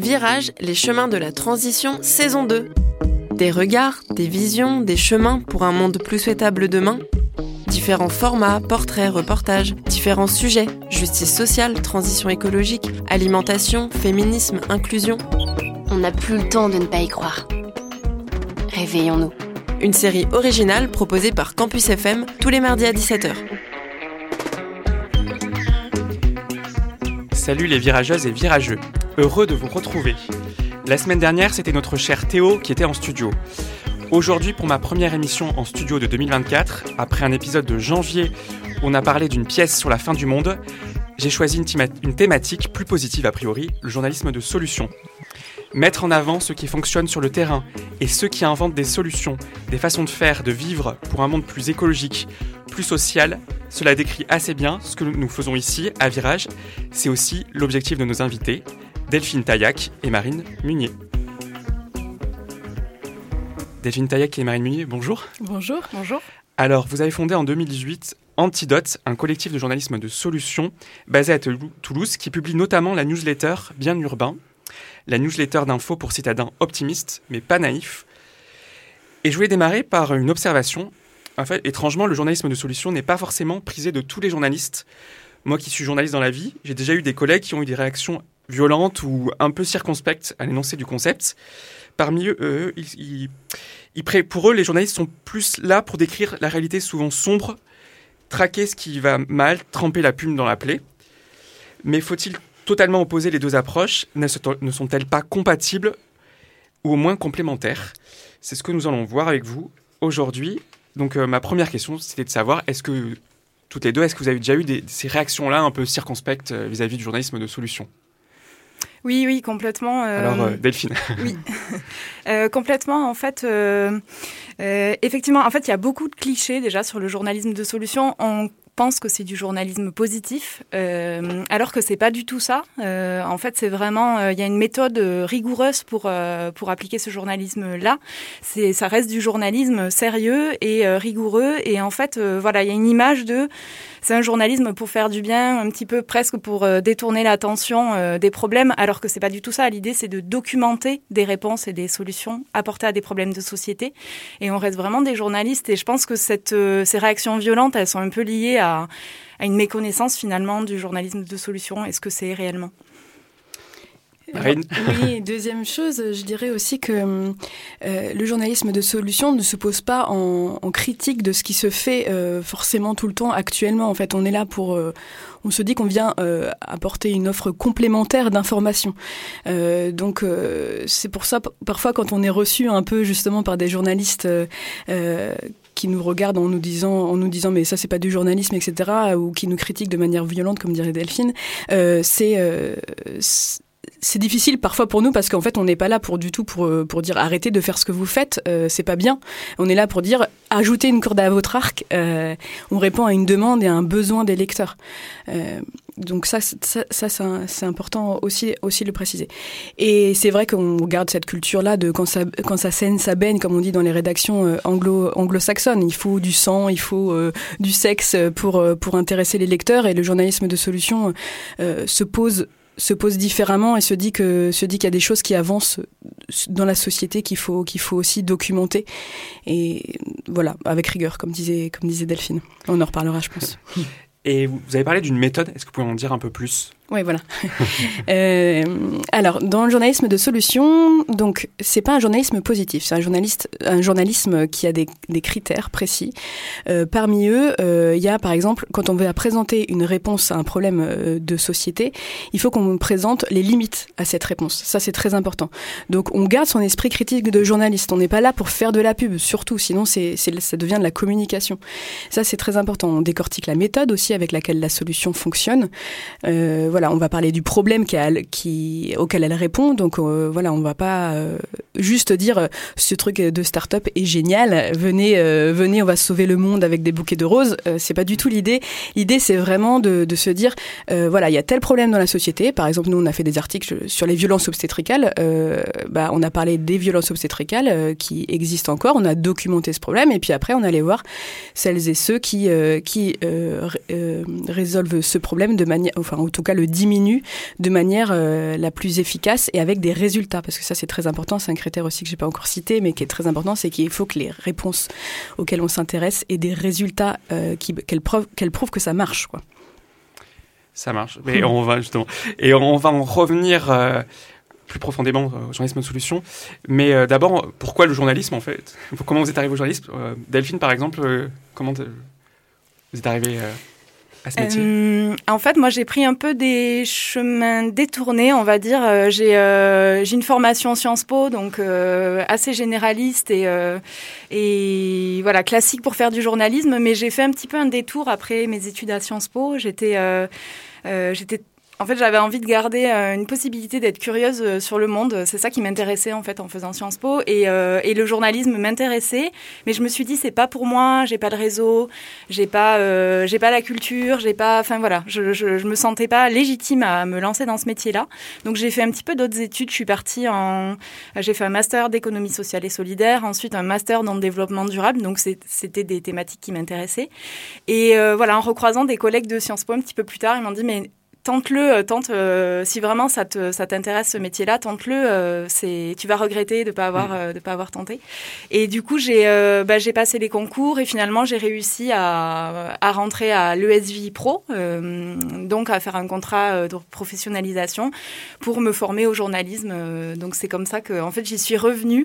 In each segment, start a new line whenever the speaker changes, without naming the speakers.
Virage, les chemins de la transition, saison 2. Des regards, des visions, des chemins pour un monde plus souhaitable demain. Différents formats, portraits, reportages, différents sujets, justice sociale, transition écologique, alimentation, féminisme, inclusion.
On n'a plus le temps de ne pas y croire. Réveillons-nous.
Une série originale proposée par Campus FM tous les mardis à 17h.
Salut les virageuses et virageux, heureux de vous retrouver. La semaine dernière, c'était notre cher Théo qui était en studio. Aujourd'hui, pour ma première émission en studio de 2024, après un épisode de janvier où on a parlé d'une pièce sur la fin du monde, j'ai choisi une thématique plus positive a priori, le journalisme de solution. Mettre en avant ceux qui fonctionnent sur le terrain et ceux qui inventent des solutions, des façons de faire, de vivre pour un monde plus écologique, plus social, cela décrit assez bien ce que nous faisons ici à Virage. C'est aussi l'objectif de nos invités, Delphine Taillac et Marine Munier. Delphine Taillac et Marine Munier, bonjour.
Bonjour. Bonjour.
Alors, vous avez fondé en 2018 Antidote, un collectif de journalisme de solutions basé à Toulouse qui publie notamment la newsletter Bien Urbain, la newsletter d'infos pour citadins optimistes, mais pas naïfs. Et je voulais démarrer par une observation. En fait, étrangement, le journalisme de solution n'est pas forcément prisé de tous les journalistes. Moi qui suis journaliste dans la vie, j'ai déjà eu des collègues qui ont eu des réactions violentes ou un peu circonspectes à l'énoncé du concept. Parmi eux, pour eux, les journalistes sont plus là pour décrire la réalité souvent sombre, traquer ce qui va mal, tremper la plume dans la plaie. Mais faut-il totalement opposer les deux approches? Ne sont-elles pas compatibles ou au moins complémentaires? C'est ce que nous allons voir avec vous aujourd'hui. Donc ma première question, c'était de savoir, est-ce que toutes les deux, est-ce que vous avez déjà eu ces réactions-là un peu circonspectes vis-à-vis du journalisme de solution?
Oui, complètement.
Alors, Delphine.
Oui, complètement. En fait, effectivement, en fait, il y a beaucoup de clichés déjà sur le journalisme de solution. On pense que c'est du journalisme positif, alors que c'est pas du tout ça. En fait, c'est vraiment, il y a une méthode rigoureuse pour appliquer ce journalisme-là. Ça reste du journalisme sérieux et rigoureux. Et en fait, voilà, il y a une image c'est un journalisme pour faire du bien, un petit peu presque pour détourner l'attention des problèmes, alors que c'est pas du tout ça. L'idée, c'est de documenter des réponses et des solutions apportées à des problèmes de société. Et on reste vraiment des journalistes. Et je pense que ces réactions violentes, elles sont un peu liées à une méconnaissance finalement du journalisme de solution. Est-ce que c'est réellement ?
Oui, deuxième chose, je dirais aussi que le journalisme de solution ne se pose pas en critique de ce qui se fait forcément tout le temps actuellement. En fait, on est là on se dit qu'on vient apporter une offre complémentaire d'information. Donc c'est pour ça, parfois, quand on est reçu un peu justement par des journalistes qui nous regardent en nous disant mais ça c'est pas du journalisme, etc., ou qui nous critiquent de manière violente, comme dirait Delphine, c'est difficile parfois pour nous parce qu'en fait on n'est pas là pour dire arrêtez de faire ce que vous faites, c'est pas bien. On est là pour dire ajoutez une corde à votre arc. On répond à une demande et à un besoin des lecteurs. Donc ça c'est important aussi de le préciser. Et c'est vrai qu'on garde cette culture-là de quand ça saigne, ça baigne, comme on dit dans les rédactions anglo-saxonnes. Il faut du sang, il faut du sexe pour intéresser les lecteurs, et le journalisme de solution se pose différemment et se dit qu'il y a des choses qui avancent dans la société qu'il faut aussi documenter, et voilà, avec rigueur, comme disait Delphine. On en reparlera, je pense.
Et vous avez parlé d'une méthode, est-ce que vous pouvez en dire un peu plus ?
Oui, voilà. Alors, dans le journalisme de solution, donc c'est pas un journalisme positif, c'est un journalisme qui a des critères précis. Parmi eux, il y a par exemple, quand on veut présenter une réponse à un problème de société, il faut qu'on présente les limites à cette réponse. Ça, c'est très important. Donc, on garde son esprit critique de journaliste. On n'est pas là pour faire de la pub, surtout, sinon ça devient de la communication. Ça, c'est très important. On décortique la méthode aussi avec laquelle la solution fonctionne. Voilà, on va parler du problème auquel elle répond. Donc voilà, on va pas juste dire ce truc de start-up est génial, venez, on va sauver le monde avec des bouquets de roses. C'est pas du tout l'idée. L'idée, c'est vraiment de se dire voilà, il y a tel problème dans la société. Par exemple, nous on a fait des articles sur les violences obstétricales. On a parlé des violences obstétricales qui existent encore. On a documenté ce problème, et puis après on allait voir celles et ceux qui résolvent ce problème de manière, enfin en tout cas le diminue de manière la plus efficace et avec des résultats. Parce que ça, c'est très important. C'est un critère aussi que j'ai pas encore cité, mais qui est très important, c'est qu'il faut que les réponses auxquelles on s'intéresse aient des résultats qu'elles prouvent que ça marche, quoi.
Ça marche. Mais on va en revenir plus profondément au journalisme de solution. Mais d'abord, pourquoi le journalisme, en fait ? Comment vous êtes arrivé au journalisme ? Delphine, par exemple, comment vous êtes arrivée à ce métier ?
En fait, moi, j'ai pris un peu des chemins détournés, on va dire. J'ai une formation Sciences Po, donc assez généraliste et voilà, classique pour faire du journalisme. Mais j'ai fait un petit peu un détour après mes études à Sciences Po. En fait, j'avais envie de garder une possibilité d'être curieuse sur le monde. C'est ça qui m'intéressait en fait en faisant Sciences Po et le journalisme m'intéressait. Mais je me suis dit c'est pas pour moi. J'ai pas le réseau, j'ai pas la culture, enfin voilà, je me sentais pas légitime à me lancer dans ce métier-là. Donc j'ai fait un petit peu d'autres études. J'ai fait un master d'économie sociale et solidaire, ensuite un master dans le développement durable. Donc c'était des thématiques qui m'intéressaient. Et voilà, en recroisant des collègues de Sciences Po un petit peu plus tard, ils m'ont dit mais si vraiment ça t'intéresse ce métier-là, tente-le. Tu vas regretter de pas avoir tenté. Et du coup, j'ai passé les concours et finalement j'ai réussi à rentrer à l'ESVI Pro, donc à faire un contrat de professionnalisation pour me former au journalisme. Donc c'est comme ça que en fait j'y suis revenue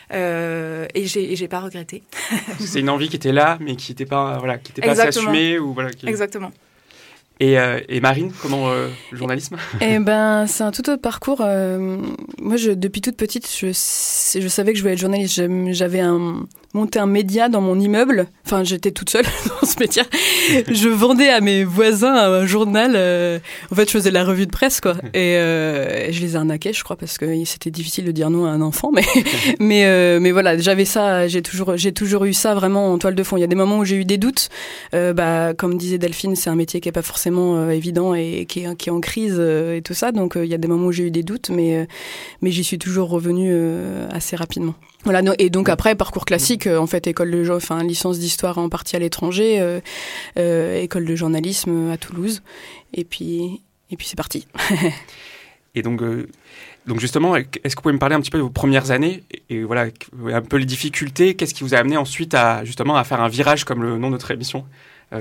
et j'ai pas regretté.
C'est une envie qui était là, mais qui n'était pas assez assumée ou voilà.
Exactement.
Et Marine, comment le journalisme ?
Eh ben, c'est un tout autre parcours. Moi, depuis toute petite, je savais que je voulais être journaliste. J'avais monté un média dans mon immeuble. Enfin, j'étais toute seule dans ce métier. Je vendais à mes voisins un journal. En fait, je faisais la revue de presse, quoi. Et je les arnaquais, je crois, parce que c'était difficile de dire non à un enfant. Mais voilà, j'avais ça. J'ai toujours eu ça vraiment en toile de fond. Il y a des moments où j'ai eu des doutes. Comme disait Delphine, c'est un métier qui est pas forcément évident et qui est en crise et tout ça. Donc, il y a des moments où j'ai eu des doutes, mais j'y suis toujours revenue assez rapidement. Voilà, et donc après, parcours classique, en fait, licence d'histoire en partie à l'étranger, école de journalisme à Toulouse, et puis c'est parti.
Et donc justement, est-ce que vous pouvez me parler un petit peu de vos premières années et voilà, un peu les difficultés, qu'est-ce qui vous a amené ensuite à faire un virage comme le nom de notre émission, Delphine ?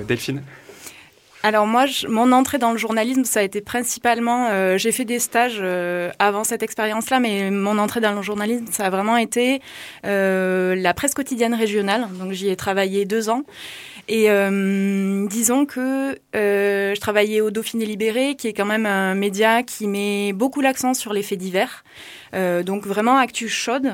Alors moi, mon entrée dans le journalisme, ça a été principalement... j'ai fait des stages avant cette expérience-là, mais mon entrée dans le journalisme, ça a vraiment été la presse quotidienne régionale. Donc j'y ai travaillé 2 ans. Et disons que je travaillais au Dauphiné Libéré, qui est quand même un média qui met beaucoup l'accent sur les faits divers. Donc vraiment actu chaude.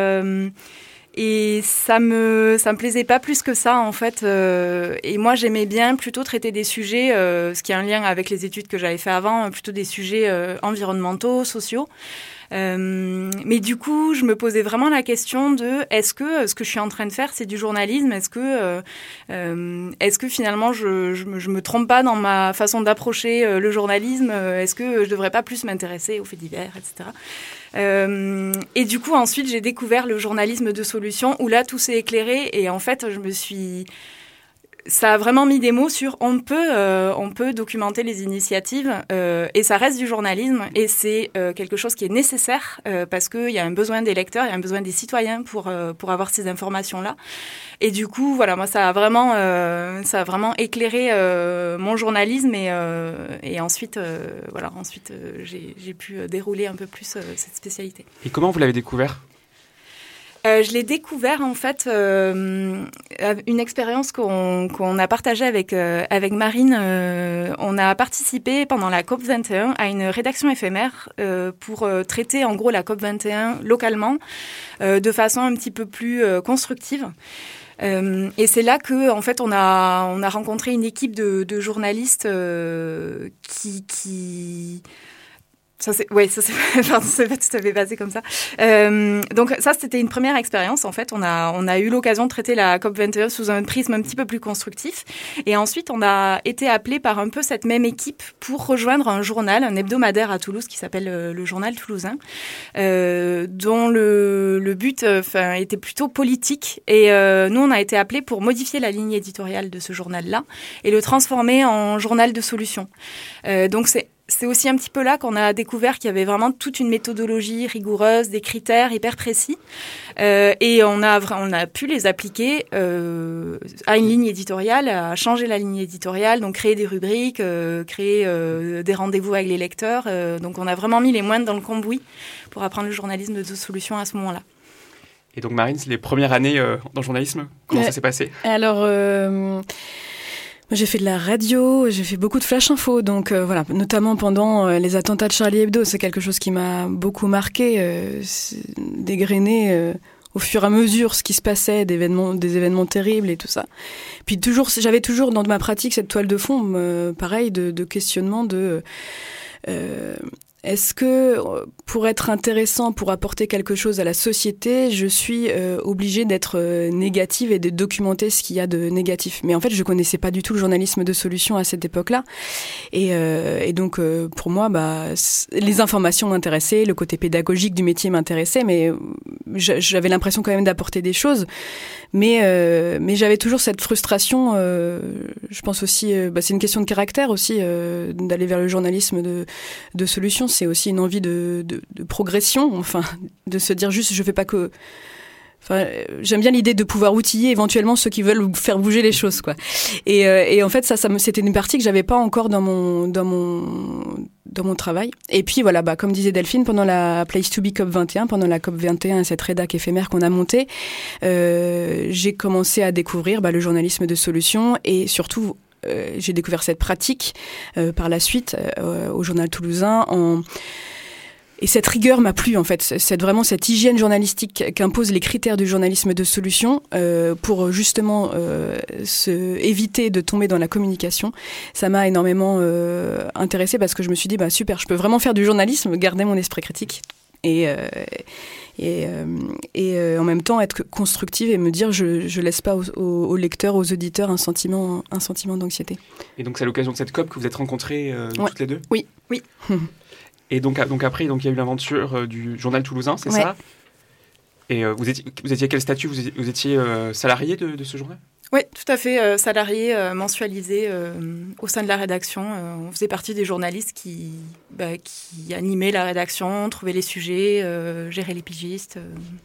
Et ça me plaisait pas plus que ça en fait. Et moi j'aimais bien plutôt traiter des sujets, ce qui a un lien avec les études que j'avais fait avant, plutôt des sujets environnementaux, sociaux. Mais du coup, je me posais vraiment la question de est-ce que ce que je suis en train de faire, c'est du journalisme ? Est-ce que finalement je me trompe pas dans ma façon d'approcher le journalisme ? Est-ce que je devrais pas plus m'intéresser aux faits divers, etc. Et du coup, ensuite, j'ai découvert le journalisme de solution où là, tout s'est éclairé et en fait, ça a vraiment mis des mots sur on peut documenter les initiatives et ça reste du journalisme et c'est quelque chose qui est nécessaire parce qu'il y a un besoin des lecteurs, il y a un besoin des citoyens pour avoir ces informations-là. Et du coup, voilà, moi, ça a vraiment éclairé mon journalisme et ensuite, j'ai pu dérouler un peu plus cette spécialité. Et
comment vous l'avez découvert ?
Je l'ai découvert en fait une expérience qu'on a partagée avec Marine. On a participé pendant la COP21 à une rédaction éphémère pour traiter en gros la COP21 localement de façon un petit peu plus constructive. Et c'est là que en fait on a rencontré une équipe de journalistes qui ça s'est pas tout à fait passé comme ça. Donc ça, c'était une première expérience. En fait, on a eu l'occasion de traiter la COP21 sous un prisme un petit peu plus constructif. Et ensuite, on a été appelé par un peu cette même équipe pour rejoindre un journal, un hebdomadaire à Toulouse qui s'appelle le Journal Toulousain, dont le but était plutôt politique. Et nous, on a été appelés pour modifier la ligne éditoriale de ce journal-là et le transformer en journal de solutions. Donc c'est c'est aussi un petit peu là qu'on a découvert qu'il y avait vraiment toute une méthodologie rigoureuse, des critères hyper précis. Et on a pu les appliquer à une ligne éditoriale, à changer la ligne éditoriale, donc créer des rubriques, créer des rendez-vous avec les lecteurs. Donc on a vraiment mis les moyens dans le cambouis pour apprendre le journalisme de solution à ce moment-là.
Et donc Marine, c'est les premières années dans le journalisme. Comment ça s'est passé ?
Alors... j'ai fait de la radio, j'ai fait beaucoup de flash info, donc voilà, notamment pendant les attentats de Charlie Hebdo, c'est quelque chose qui m'a beaucoup marqué, dégrainé au fur et à mesure ce qui se passait, des événements terribles et tout ça. Puis j'avais toujours dans ma pratique cette toile de fond, pareil, de questionnement de... Est-ce que, pour être intéressant, pour apporter quelque chose à la société, je suis obligée d'être négative et de documenter ce qu'il y a de négatif ? Mais en fait, je connaissais pas du tout le journalisme de solution à cette époque-là. Et donc, pour moi, les informations m'intéressaient, le côté pédagogique du métier m'intéressait, mais j'avais l'impression quand même d'apporter des choses. Mais j'avais toujours cette frustration, je pense aussi, c'est une question de caractère aussi, d'aller vers le journalisme de solution. C'est aussi une envie de progression, enfin, de se dire juste, je fais pas que... Enfin, j'aime bien l'idée de pouvoir outiller éventuellement ceux qui veulent faire bouger les choses, quoi. Et en fait, c'était une partie que j'avais pas encore dans mon travail. Et puis voilà, comme disait Delphine, pendant la Place to Be COP 21, pendant la COP 21, cette rédac éphémère qu'on a montée, j'ai commencé à découvrir le journalisme de solution et surtout j'ai découvert cette pratique par la suite au Journal Toulousain. Et cette rigueur m'a plu, en fait. Vraiment cette hygiène journalistique qu'imposent les critères du journalisme de solution pour justement éviter de tomber dans la communication. Ça m'a énormément intéressée parce que je me suis dit, super, je peux vraiment faire du journalisme, garder mon esprit critique et en même temps être constructive et me dire je laisse pas aux lecteurs, aux auditeurs un sentiment d'anxiété.
Et donc c'est à l'occasion de cette COP que vous êtes rencontrées toutes les deux ?
Oui.
Et donc après, il y a eu l'aventure du Journal Toulousain, c'est ça ? Et vous étiez quel statut ? Vous étiez salarié de ce journal ?
Oui, tout à fait, salarié, mensualisé au sein de la rédaction. On faisait partie des journalistes qui animaient la rédaction, trouvaient les sujets, géraient les pigistes.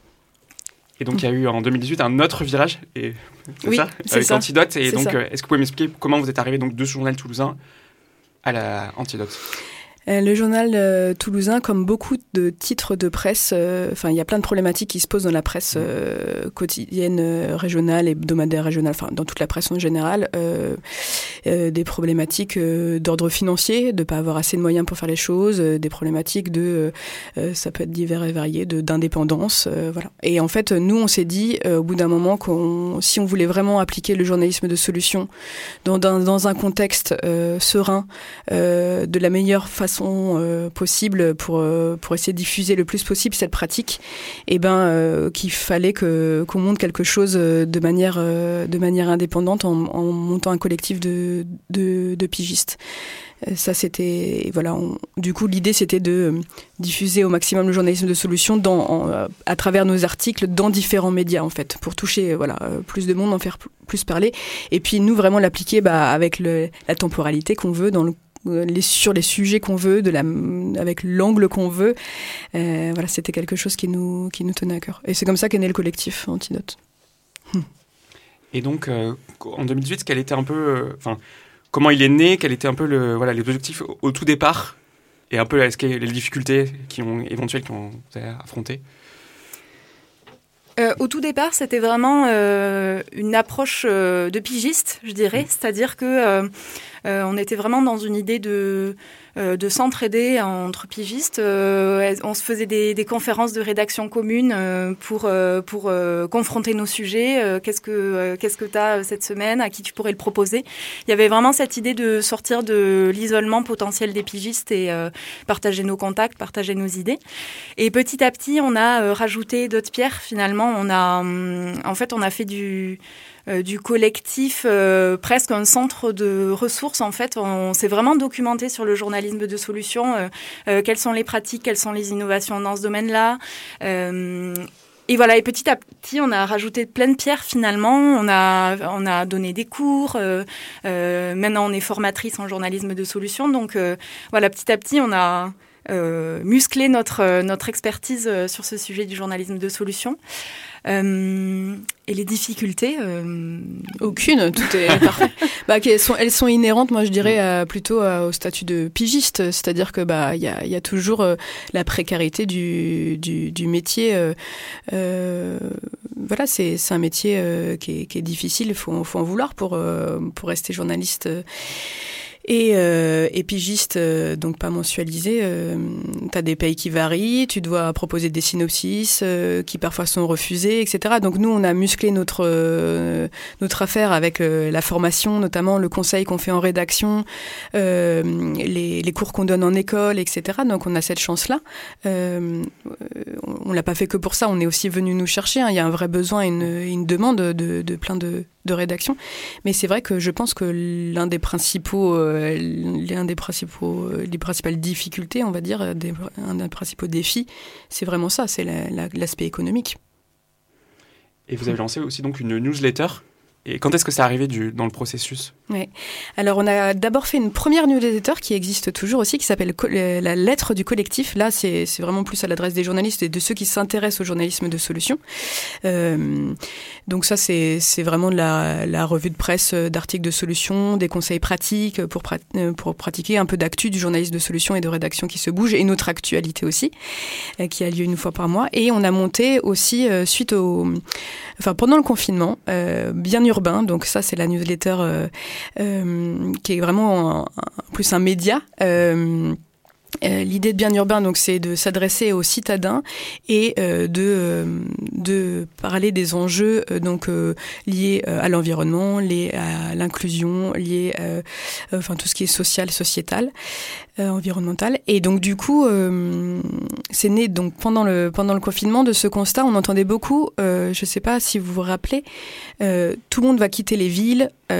Et donc, il y a eu en 2018 un autre virage, c'est ça, avec Antidote. Et donc, est-ce que vous pouvez m'expliquer comment vous êtes arrivé donc, de ce journal toulousain à la Antidote ?
Le journal toulousain, comme beaucoup de titres de presse, il y a plein de problématiques qui se posent dans la presse quotidienne, régionale, hebdomadaire, régionale, dans toute la presse en général. Des problématiques d'ordre financier, de pas avoir assez de moyens pour faire les choses, des problématiques ça peut être divers et varié, d'indépendance, voilà. Et en fait, nous, on s'est dit, au bout d'un moment, si on voulait vraiment appliquer le journalisme de solution dans un contexte serein, de la meilleure façon possible pour essayer de diffuser le plus possible cette pratique, qu'il fallait qu'on monte quelque chose de manière indépendante en montant un collectif de pigistes. Ça, c'était... Voilà, du coup, l'idée, c'était de diffuser au maximum le journalisme de solution à travers nos articles dans différents médias, en fait, pour toucher plus de monde, en faire plus parler. Et puis, nous, vraiment l'appliquer avec la temporalité qu'on veut, sur les sujets qu'on veut, avec l'angle qu'on veut. C'était quelque chose qui nous tenait à cœur. Et c'est comme ça qu'est né le collectif Antidote.
Et donc, en 2018, quel était un peu... comment il est né, quels étaient un peu les objectifs au tout départ, et un peu les difficultés éventuelles que vous avez affrontées ?
Au tout départ, c'était vraiment une approche de pigiste, je dirais. C'est-à-dire que on était vraiment dans une idée de s'entraider entre pigistes. On se faisait des conférences de rédaction commune pour confronter nos sujets. Qu'est-ce que tu as cette semaine ? À qui tu pourrais le proposer ? Il y avait vraiment cette idée de sortir de l'isolement potentiel des pigistes et partager nos contacts, partager nos idées. Et petit à petit, on a rajouté d'autres pierres. Finalement, on a fait du collectif presque un centre de ressources. En fait, on s'est vraiment documenté sur le journalisme de solution, quelles sont les pratiques, quelles sont les innovations dans ce domaine-là. voilà, et petit à petit, on a rajouté plein de pierres finalement. On a donné des cours. Maintenant, on est formatrice en journalisme de solution. Donc voilà, petit à petit, on a musclé notre expertise sur ce sujet du journalisme de solution. Et les difficultés
Aucune, tout est parfait. Elles sont inhérentes, moi je dirais, plutôt au statut de pigiste, c'est-à-dire que il y a toujours la précarité du métier. Voilà, c'est un métier qui est difficile, il faut en vouloir pour rester journaliste. Et pigiste, donc pas mensualisé, t'as des payes qui varient, tu dois proposer des synopsis qui parfois sont refusés, etc. Donc nous, on a musclé notre affaire avec la formation, notamment le conseil qu'on fait en rédaction, les cours qu'on donne en école, etc. Donc on a cette chance-là. On l'a pas fait que pour ça, on est aussi venu nous chercher. Il y a un vrai besoin, une demande de plein de rédactions. Mais c'est vrai que je pense que les principales difficultés, on va dire, un des principaux défis, c'est vraiment ça, c'est l'aspect économique.
Et vous avez lancé aussi donc une newsletter. Et quand est-ce que c'est arrivé dans le processus ?
Oui. Alors, on a d'abord fait une première newsletter qui existe toujours aussi, qui s'appelle la lettre du collectif. Là, c'est vraiment plus à l'adresse des journalistes et de ceux qui s'intéressent au journalisme de solution. Donc ça, c'est vraiment de la revue de presse d'articles de solution, des conseils pratiques pour pratiquer un peu d'actu du journalisme de solution et de rédaction qui se bouge, et notre actualité aussi, qui a lieu une fois par mois. Et on a monté aussi, pendant le confinement, Bien Urbain, donc ça c'est la newsletter qui est vraiment plus un média. L'idée de Bien Urbain, donc, c'est de s'adresser aux citadins et de parler des enjeux liés à l'environnement, liés à l'inclusion, liés tout ce qui est social, sociétal, environnemental. Et donc du coup, c'est né donc pendant le confinement de ce constat. On entendait beaucoup, je sais pas si vous vous rappelez, tout le monde va quitter les villes, tout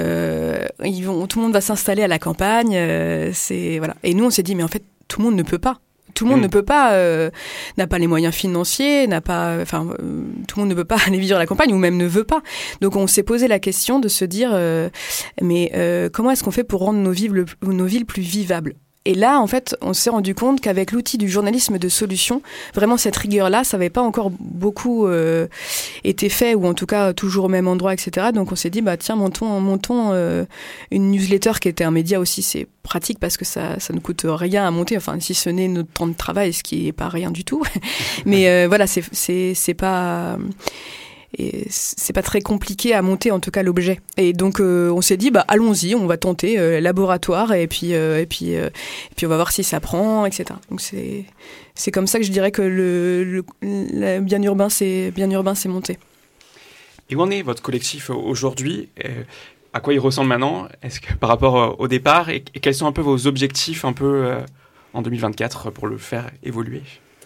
le monde va s'installer à la campagne, voilà. Et nous on s'est dit mais en fait tout le monde ne peut pas. Tout le monde ne peut pas, n'a pas les moyens financiers, tout le monde ne peut pas aller vivre à la campagne ou même ne veut pas. Donc on s'est posé la question de se dire, comment est-ce qu'on fait pour rendre nos villes plus vivables ? Et là, en fait, on s'est rendu compte qu'avec l'outil du journalisme de solution, vraiment cette rigueur-là, ça n'avait pas encore beaucoup été fait, ou en tout cas toujours au même endroit, etc. Donc on s'est dit, tiens, montons une newsletter qui était un média aussi, c'est pratique parce que ça ne coûte rien à monter, enfin si ce n'est notre temps de travail, ce qui n'est pas rien du tout. Mais voilà, c'est pas... Et c'est pas très compliqué à monter, en tout cas, l'objet. Et donc, on s'est dit, allons-y, on va tenter, laboratoire, et puis on va voir si ça prend, etc. Donc, c'est comme ça que je dirais que Bien Urbain, c'est monté.
Et où en est votre collectif aujourd'hui ? À quoi il ressemble maintenant ? Est-ce que par rapport au départ, et quels sont un peu vos objectifs un peu en 2024 pour le faire évoluer ?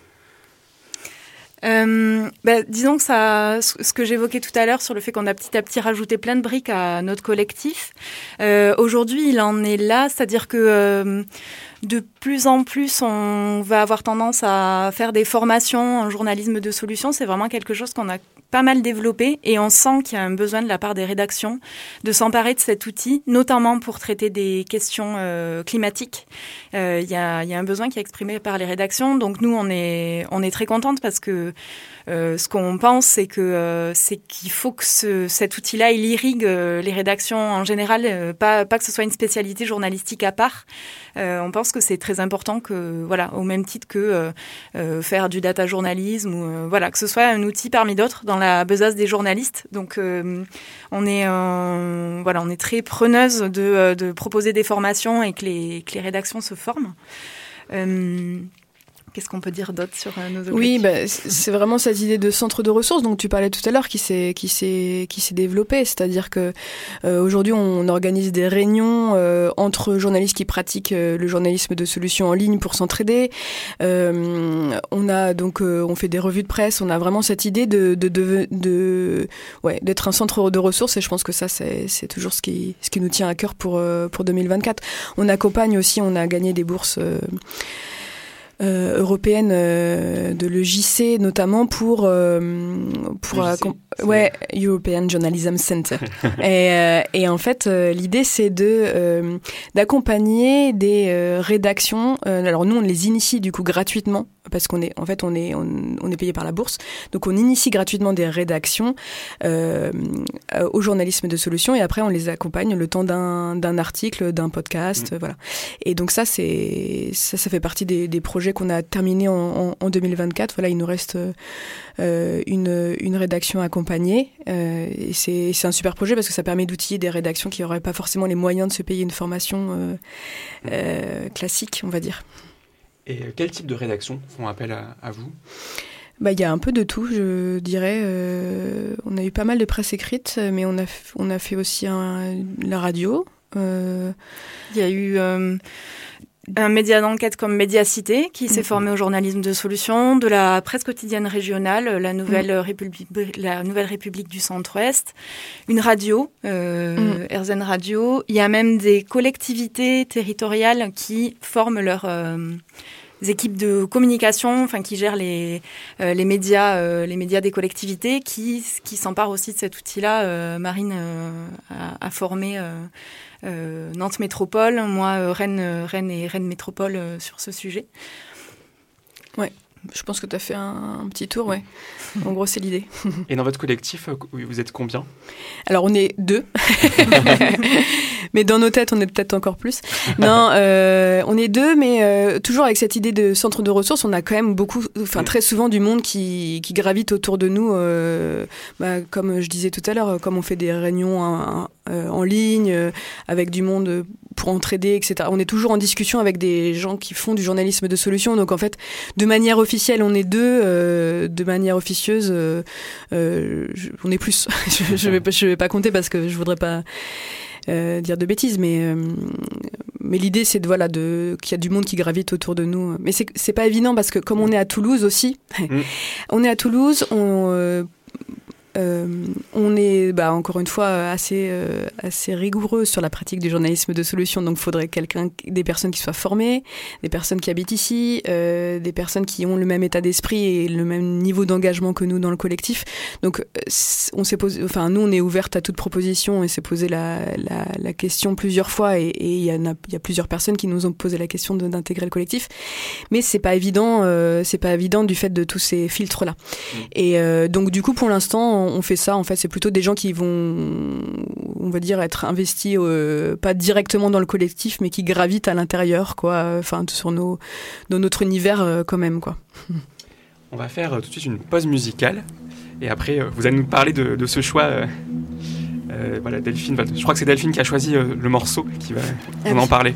Disons que ce que j'évoquais tout à l'heure sur le fait qu'on a petit à petit rajouté plein de briques à notre collectif, aujourd'hui il en est là, c'est-à-dire que de plus en plus on va avoir tendance à faire des formations en journalisme de solution. C'est vraiment quelque chose qu'on a pas mal développé et on sent qu'il y a un besoin de la part des rédactions de s'emparer de cet outil, notamment pour traiter des questions climatiques. Il y a un besoin qui est exprimé par les rédactions, donc nous on est très contente parce que ce qu'on pense, c'est qu'il faut que cet outil-là, il irrigue les rédactions en général, pas que ce soit une spécialité journalistique à part. On pense que c'est très important que, voilà, au même titre que faire du data journalisme, ou que ce soit un outil parmi d'autres dans la besace des journalistes. Donc, on est très preneuse de proposer des formations et que les rédactions se forment. Qu'est-ce qu'on peut dire d'autre sur nos objectifs ?
Oui, c'est vraiment cette idée de centre de ressources dont tu parlais tout à l'heure qui s'est développée. C'est-à-dire que aujourd'hui, on organise des réunions entre journalistes qui pratiquent le journalisme de solution en ligne pour s'entraider. On fait des revues de presse. On a vraiment cette idée d'être un centre de ressources. Et je pense que ça, c'est toujours ce qui nous tient à cœur pour 2024. On accompagne aussi. On a gagné des bourses. européenne de l'EJC notamment pour European Journalism Center. Et en fait, l'idée c'est d'accompagner des rédactions. Alors nous, on les initie du coup gratuitement parce qu'on est payé par la bourse. Donc on initie gratuitement des rédactions au journalisme de solution et après on les accompagne le temps d'un article, d'un podcast, voilà. Et donc ça fait partie des projets qu'on a terminés en 2024. Voilà, il nous reste une rédaction accompagnée et c'est un super projet parce que ça permet d'outiller des rédactions qui n'auraient pas forcément les moyens de se payer une formation classique, on va dire.
Et quel type de rédaction font appel à vous ?
Il y a un peu de tout, je dirais. On a eu pas mal de presse écrite, mais on a fait aussi la radio. Il
y a eu un média d'enquête comme Médiacité qui s'est formé au journalisme de solution, de la presse quotidienne régionale, la Nouvelle République du Centre-Ouest, une radio, RZN Radio. Il y a même des collectivités territoriales qui forment leurs équipes de communication, qui gèrent les médias des collectivités, qui s'emparent aussi de cet outil-là. Marine a formé Nantes Métropole, moi Rennes et Rennes Métropole sur ce sujet.
Ouais, je pense que tu as fait un petit tour, ouais. En gros, c'est l'idée.
Et dans votre collectif, vous êtes combien ?
Alors, on est 2. Mais dans nos têtes, on est peut-être encore plus. Non, on est 2, mais toujours avec cette idée de centre de ressources, on a quand même très souvent du monde qui gravite autour de nous. Comme je disais tout à l'heure, comme on fait des réunions en ligne, avec du monde pour entraider, etc. On est toujours en discussion avec des gens qui font du journalisme de solution. Donc en fait, de manière officielle, on est 2. De manière officieuse, on est plus. Je vais pas compter parce que je voudrais pas dire de bêtises, mais l'idée c'est qu'il y a du monde qui gravite autour de nous. Mais c'est pas évident parce que comme on est à Toulouse aussi, on est à Toulouse, on est encore une fois assez rigoureux sur la pratique du journalisme de solution, donc il faudrait des personnes qui soient formées, des personnes qui habitent ici, des personnes qui ont le même état d'esprit et le même niveau d'engagement que nous dans le collectif. Donc on s'est posé, nous on est ouverte à toute proposition et s'est posé la question plusieurs fois et il y a plusieurs personnes qui nous ont posé la question d'intégrer le collectif, mais c'est pas évident du fait de tous ces filtres là. Et donc du coup pour l'instant on fait ça, en fait, c'est plutôt des gens qui vont, on va dire, être investis, pas directement dans le collectif, mais qui gravitent à l'intérieur, quoi, dans notre univers quand même, quoi.
On va faire tout de suite une pause musicale, et après, vous allez nous parler de ce choix. Delphine, je crois que c'est Delphine qui a choisi le morceau, qui va en parler.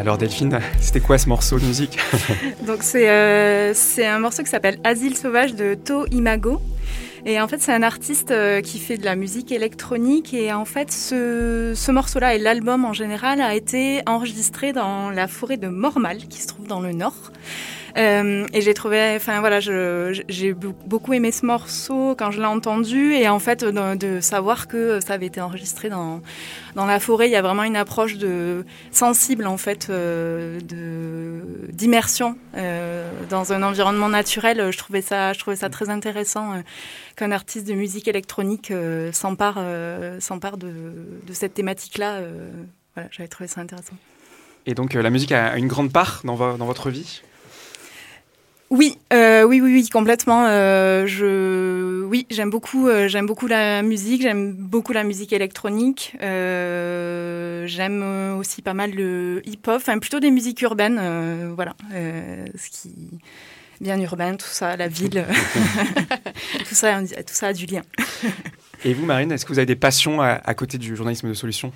Alors Delphine, c'était quoi ce morceau de musique?
Donc c'est un morceau qui s'appelle Asile sauvage de To Imago. Et en fait, c'est un artiste qui fait de la musique électronique. Et en fait, ce morceau-là et l'album en général a été enregistré dans la forêt de Mormal, qui se trouve dans le nord. Et j'ai trouvé, enfin voilà, j'ai beaucoup aimé ce morceau quand je l'ai entendu, et en fait de savoir que ça avait été enregistré dans la forêt, il y a vraiment une approche sensible en fait, d'immersion dans un environnement naturel. Je trouvais ça très intéressant qu'un artiste de musique électronique s'empare de cette thématique-là. Voilà, j'avais trouvé ça intéressant. Et
donc la musique a une grande part dans votre vie?
Oui, complètement. J'aime beaucoup la musique. J'aime beaucoup la musique électronique. J'aime aussi pas mal le hip-hop, enfin plutôt des musiques urbaines. Ce qui bien urbain, tout ça, la ville, tout ça a du lien.
Et vous, Marine, est-ce que vous avez des passions à côté du journalisme de solution?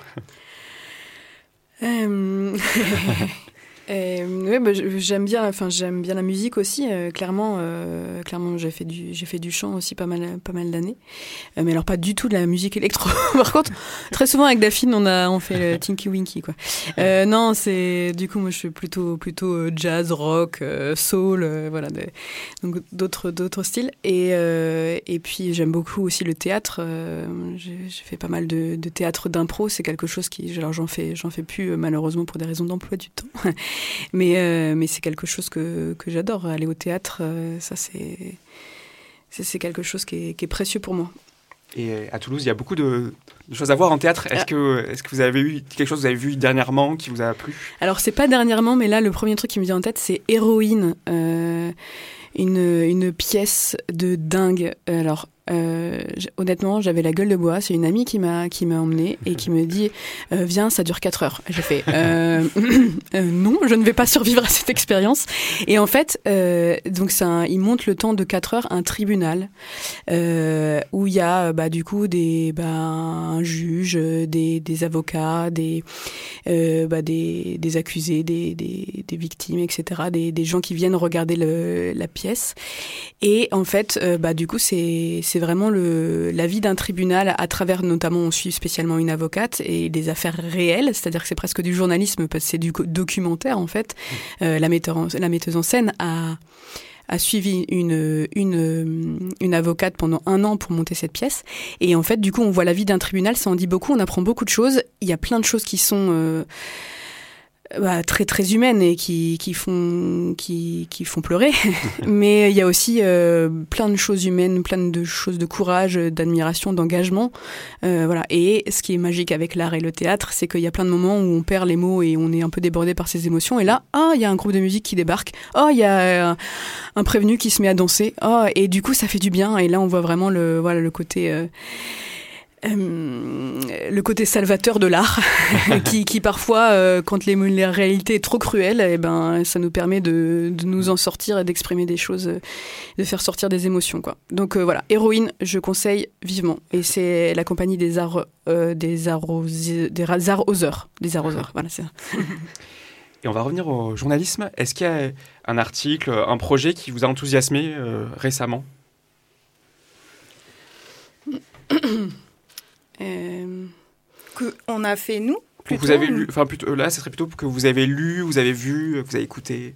J'aime bien la musique aussi. Clairement, j'ai fait du chant aussi pas mal d'années. Mais alors pas du tout de la musique électro. Par contre, très souvent avec Daphine, on fait le Tinky Winky, quoi. Non, c'est du coup moi je suis plutôt jazz, rock, soul, donc d'autres styles. Et puis j'aime beaucoup aussi le théâtre. J'ai fait pas mal de théâtre d'impro. C'est quelque chose j'en fais plus malheureusement pour des raisons d'emploi du temps. Mais c'est quelque chose que j'adore, aller au théâtre. Ça c'est quelque chose qui est précieux pour moi.
Et à Toulouse, il y a beaucoup de choses à voir en théâtre. Est-ce que vous avez eu quelque chose que vous avez vu dernièrement qui vous a plu?
Alors c'est pas dernièrement, mais là le premier truc qui me vient en tête, c'est Héroïne, une pièce de dingue. Alors honnêtement, j'avais la gueule de bois. C'est une amie qui m'a emmenée et qui me dit viens, ça dure 4 heures. J'ai fait non, je ne vais pas survivre à cette expérience. Et en fait, donc il monte le temps de 4 heures un tribunal où il y a du coup un juge, des avocats, des accusés, des victimes, etc. Des gens qui viennent regarder la pièce. Et en fait, du coup, c'est vraiment la vie d'un tribunal à travers, notamment, on suit spécialement une avocate et des affaires réelles, c'est-à-dire que c'est presque du journalisme parce que c'est du documentaire en fait. La metteuse en scène a suivi une avocate pendant 1 an pour monter cette pièce. Et en fait, du coup, on voit la vie d'un tribunal, ça en dit beaucoup, on apprend beaucoup de choses. Il y a plein de choses qui sont très très humaines et qui font pleurer. Mais il y a aussi plein de choses humaines, plein de choses de courage, d'admiration, d'engagement. Et ce qui est magique avec l'art et le théâtre, c'est qu'il y a plein de moments où on perd les mots et on est un peu débordé par ses émotions. Et là, il y a un groupe de musique qui débarque. Il y a un prévenu qui se met à danser. Et du coup, ça fait du bien. Et là, on voit vraiment le côté... le côté salvateur de l'art qui parfois quand la réalité est trop cruelle, ça nous permet de nous en sortir et d'exprimer des choses, de faire sortir des émotions, quoi. Donc Héroïne, je conseille vivement, et c'est la compagnie des arroseurs, voilà, c'est ça.
Et on va revenir au journalisme. Est-ce qu'il y a un article, un projet qui vous a enthousiasmé récemment?
Que on a fait nous plutôt,
vous avez lu, enfin plutôt là, ce serait plutôt que vous avez lu, vous avez vu, que vous avez écouté.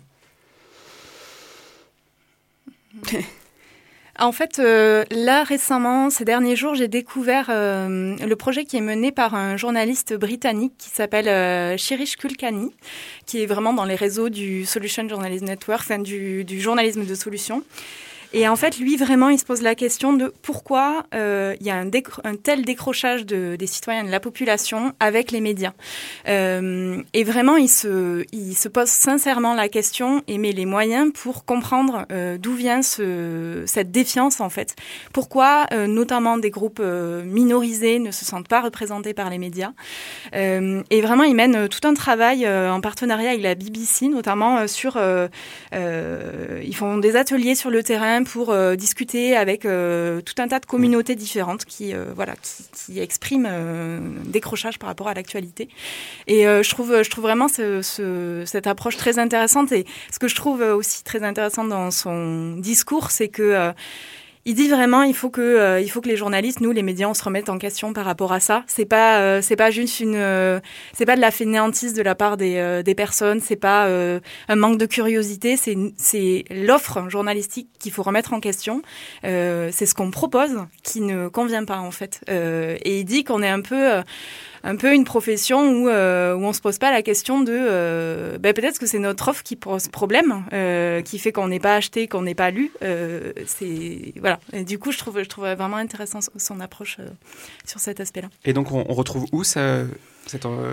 En fait, là récemment, ces derniers jours, j'ai découvert le projet qui est mené par un journaliste britannique qui s'appelle Shirish Kulkarni, qui est vraiment dans les réseaux du Solution Journalism Network, enfin du journalisme de solution. Et en fait, lui, vraiment, il se pose la question de pourquoi il y a un tel décrochage des citoyens, de la population avec les médias. Et vraiment, il se pose sincèrement la question et met les moyens pour comprendre d'où vient cette défiance, en fait. Pourquoi, notamment, des groupes minorisés ne se sentent pas représentés par les médias. Et vraiment, il mène tout un travail en partenariat avec la BBC, notamment ils font des ateliers sur le terrain pour discuter avec tout un tas de communautés différentes qui expriment décrochage par rapport à l'actualité. Et je trouve vraiment cette approche très intéressante. Et ce que je trouve aussi très intéressant dans son discours, c'est que il dit vraiment, il faut que les journalistes, nous, les médias, on se remette en question par rapport à ça. C'est pas juste c'est pas de la fainéantise de la part des personnes. C'est pas un manque de curiosité. C'est l'offre journalistique qu'il faut remettre en question. C'est ce qu'on propose qui ne convient pas en fait. Et il dit qu'on est un peu une profession où on se pose pas la question de peut-être que c'est notre offre qui pose problème, qui fait qu'on n'est pas acheté, qu'on n'est pas lu. Voilà. Et du coup, je trouve vraiment intéressant son approche sur cet aspect-là.
Et donc, on retrouve où ce travail ?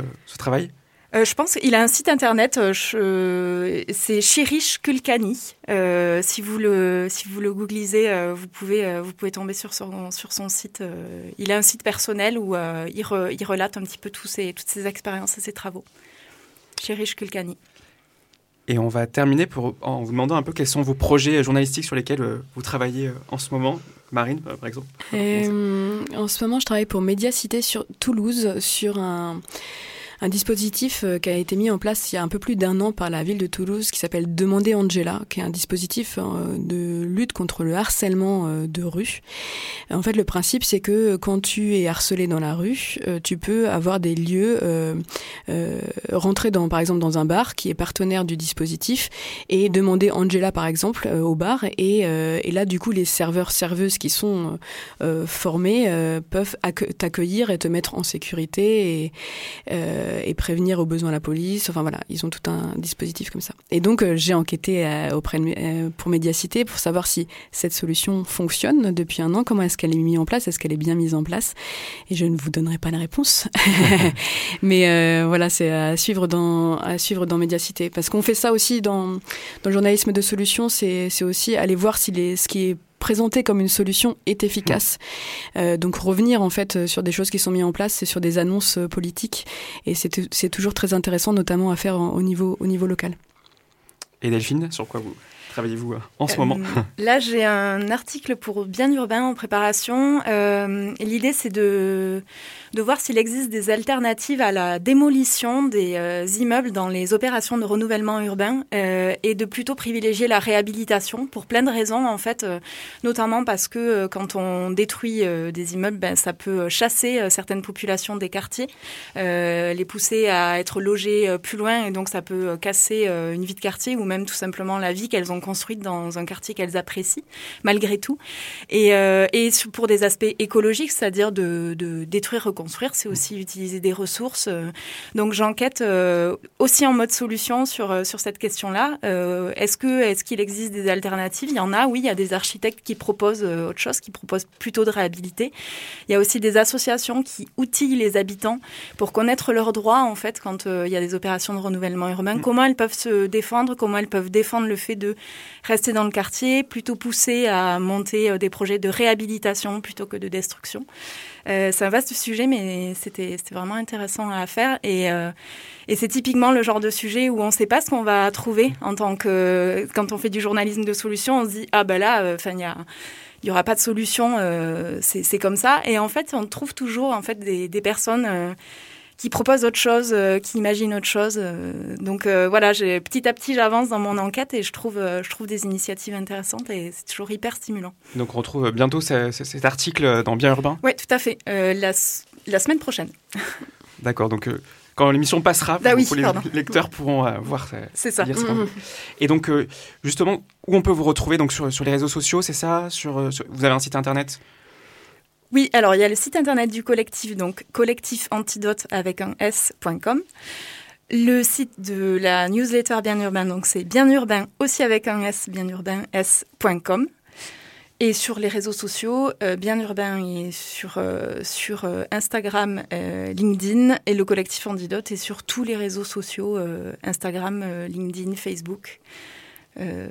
Je pense qu'il a un site internet, c'est Shirish Kulkarni. Si vous le googlisez, vous pouvez tomber sur son site. Il a un site personnel où il relate un petit peu toutes ses expériences et ses travaux. Shirish Kulkarni.
Et on va terminer en vous demandant un peu quels sont vos projets journalistiques sur lesquels vous travaillez en ce moment. Marine, par exemple.
En ce moment, je travaille pour Médiacité sur Toulouse, sur un dispositif qui a été mis en place il y a un peu plus d'1 an par la ville de Toulouse qui s'appelle Demandez Angela, qui est un dispositif de lutte contre le harcèlement de rue. En fait, le principe, c'est que quand tu es harcelé dans la rue, tu peux avoir des lieux, rentrer par exemple dans un bar qui est partenaire du dispositif et demander Angela par exemple au bar et là du coup les serveuses qui sont formés peuvent t'accueillir et te mettre en sécurité et prévenir au besoin la police. Enfin voilà, ils ont tout un dispositif comme ça. Et donc j'ai enquêté pour Médiacité pour savoir si cette solution fonctionne depuis 1 an. Comment est-ce qu'elle est mise en place ? Est-ce qu'elle est bien mise en place ? Et je ne vous donnerai pas la réponse. Mais voilà, c'est à suivre dans Médiacité. Parce qu'on fait ça aussi dans le journalisme de solution, c'est aussi aller voir si ce qui est présenté comme une solution est efficace. Donc revenir en fait sur des choses qui sont mises en place, c'est sur des annonces politiques et c'est toujours très intéressant, notamment à faire au niveau local.
Et Delphine, sur quoi vous travaillez-vous en ce moment ?
Là, j'ai un article pour Bien Urbain en préparation. L'idée, c'est de voir s'il existe des alternatives à la démolition des immeubles dans les opérations de renouvellement urbain et de plutôt privilégier la réhabilitation pour plein de raisons, en fait, notamment parce que quand on détruit des immeubles, ça peut chasser certaines populations des quartiers, les pousser à être logées plus loin et donc ça peut casser une vie de quartier ou même tout simplement la vie qu'elles ont construite dans un quartier qu'elles apprécient, malgré tout. Et pour des aspects écologiques, c'est-à-dire de détruire, reconstruire, c'est aussi utiliser des ressources. Donc j'enquête aussi en mode solution sur cette question-là. Est-ce qu'il existe des alternatives ? Il y en a, oui, il y a des architectes qui proposent autre chose, qui proposent plutôt de réhabiliter. Il y a aussi des associations qui outillent les habitants pour connaître leurs droits, en fait, quand il y a des opérations de renouvellement urbain. Comment elles peuvent se défendre, comment elles peuvent défendre le fait de rester dans le quartier, plutôt pousser à monter des projets de réhabilitation plutôt que de destruction. C'est un vaste sujet, mais c'était vraiment intéressant à faire. Et c'est typiquement le genre de sujet où on ne sait pas ce qu'on va trouver quand on fait du journalisme de solution, on se dit il n'y aura pas de solution, c'est comme ça. Et en fait, on trouve toujours en fait des personnes qui proposent autre chose, qui imaginent autre chose. Donc voilà, petit à petit, j'avance dans mon enquête et je trouve des initiatives intéressantes et c'est toujours hyper stimulant.
Donc on retrouve bientôt cet article dans Bien Urbain ?
Oui, tout à fait. La semaine prochaine.
D'accord, donc quand l'émission passera, les lecteurs pourront voir ça.
C'est ça.
Lire ça. Et donc, justement, où on peut vous retrouver donc, sur les réseaux sociaux, c'est ça ? Vous avez un site internet ?
Oui, alors il y a le site internet du collectif, donc collectifantidote avec un s.com. Le site de la newsletter Bien Urbain, donc c'est Bien Urbain aussi avec un s, bienurbains.com. Et sur les réseaux sociaux, Bien Urbain est sur Instagram, LinkedIn, et le collectif Antidote est sur tous les réseaux sociaux, Instagram, LinkedIn, Facebook. Voilà.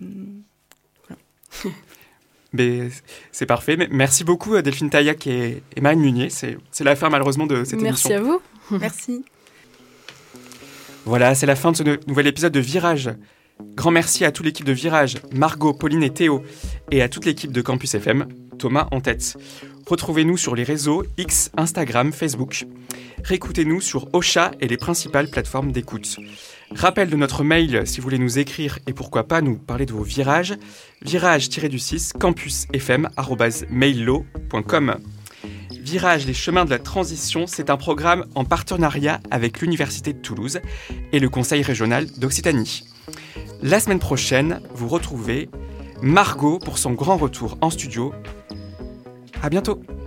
Mais c'est parfait. Mais merci beaucoup Delphine Taillac et Marine Munier. C'est la fin malheureusement de cette émission.
Merci à vous.
Merci.
Voilà, c'est la fin de ce nouvel épisode de Virage Grand merci à toute l'équipe de Virage, Margot, Pauline et Théo, et à toute l'équipe de Campus FM, Thomas en tête. Retrouvez-nous sur les réseaux X, Instagram, Facebook. Réécoutez-nous sur Ocha et les principales plateformes d'écoute. Rappel de notre mail si vous voulez nous écrire et pourquoi pas nous parler de vos virages, virage-du-6 campusfm@maillo.com. Virage, les chemins de la transition, c'est un programme en partenariat avec l'Université de Toulouse et le Conseil régional d'Occitanie. La semaine prochaine, vous retrouvez Margot pour son grand retour en studio. À bientôt.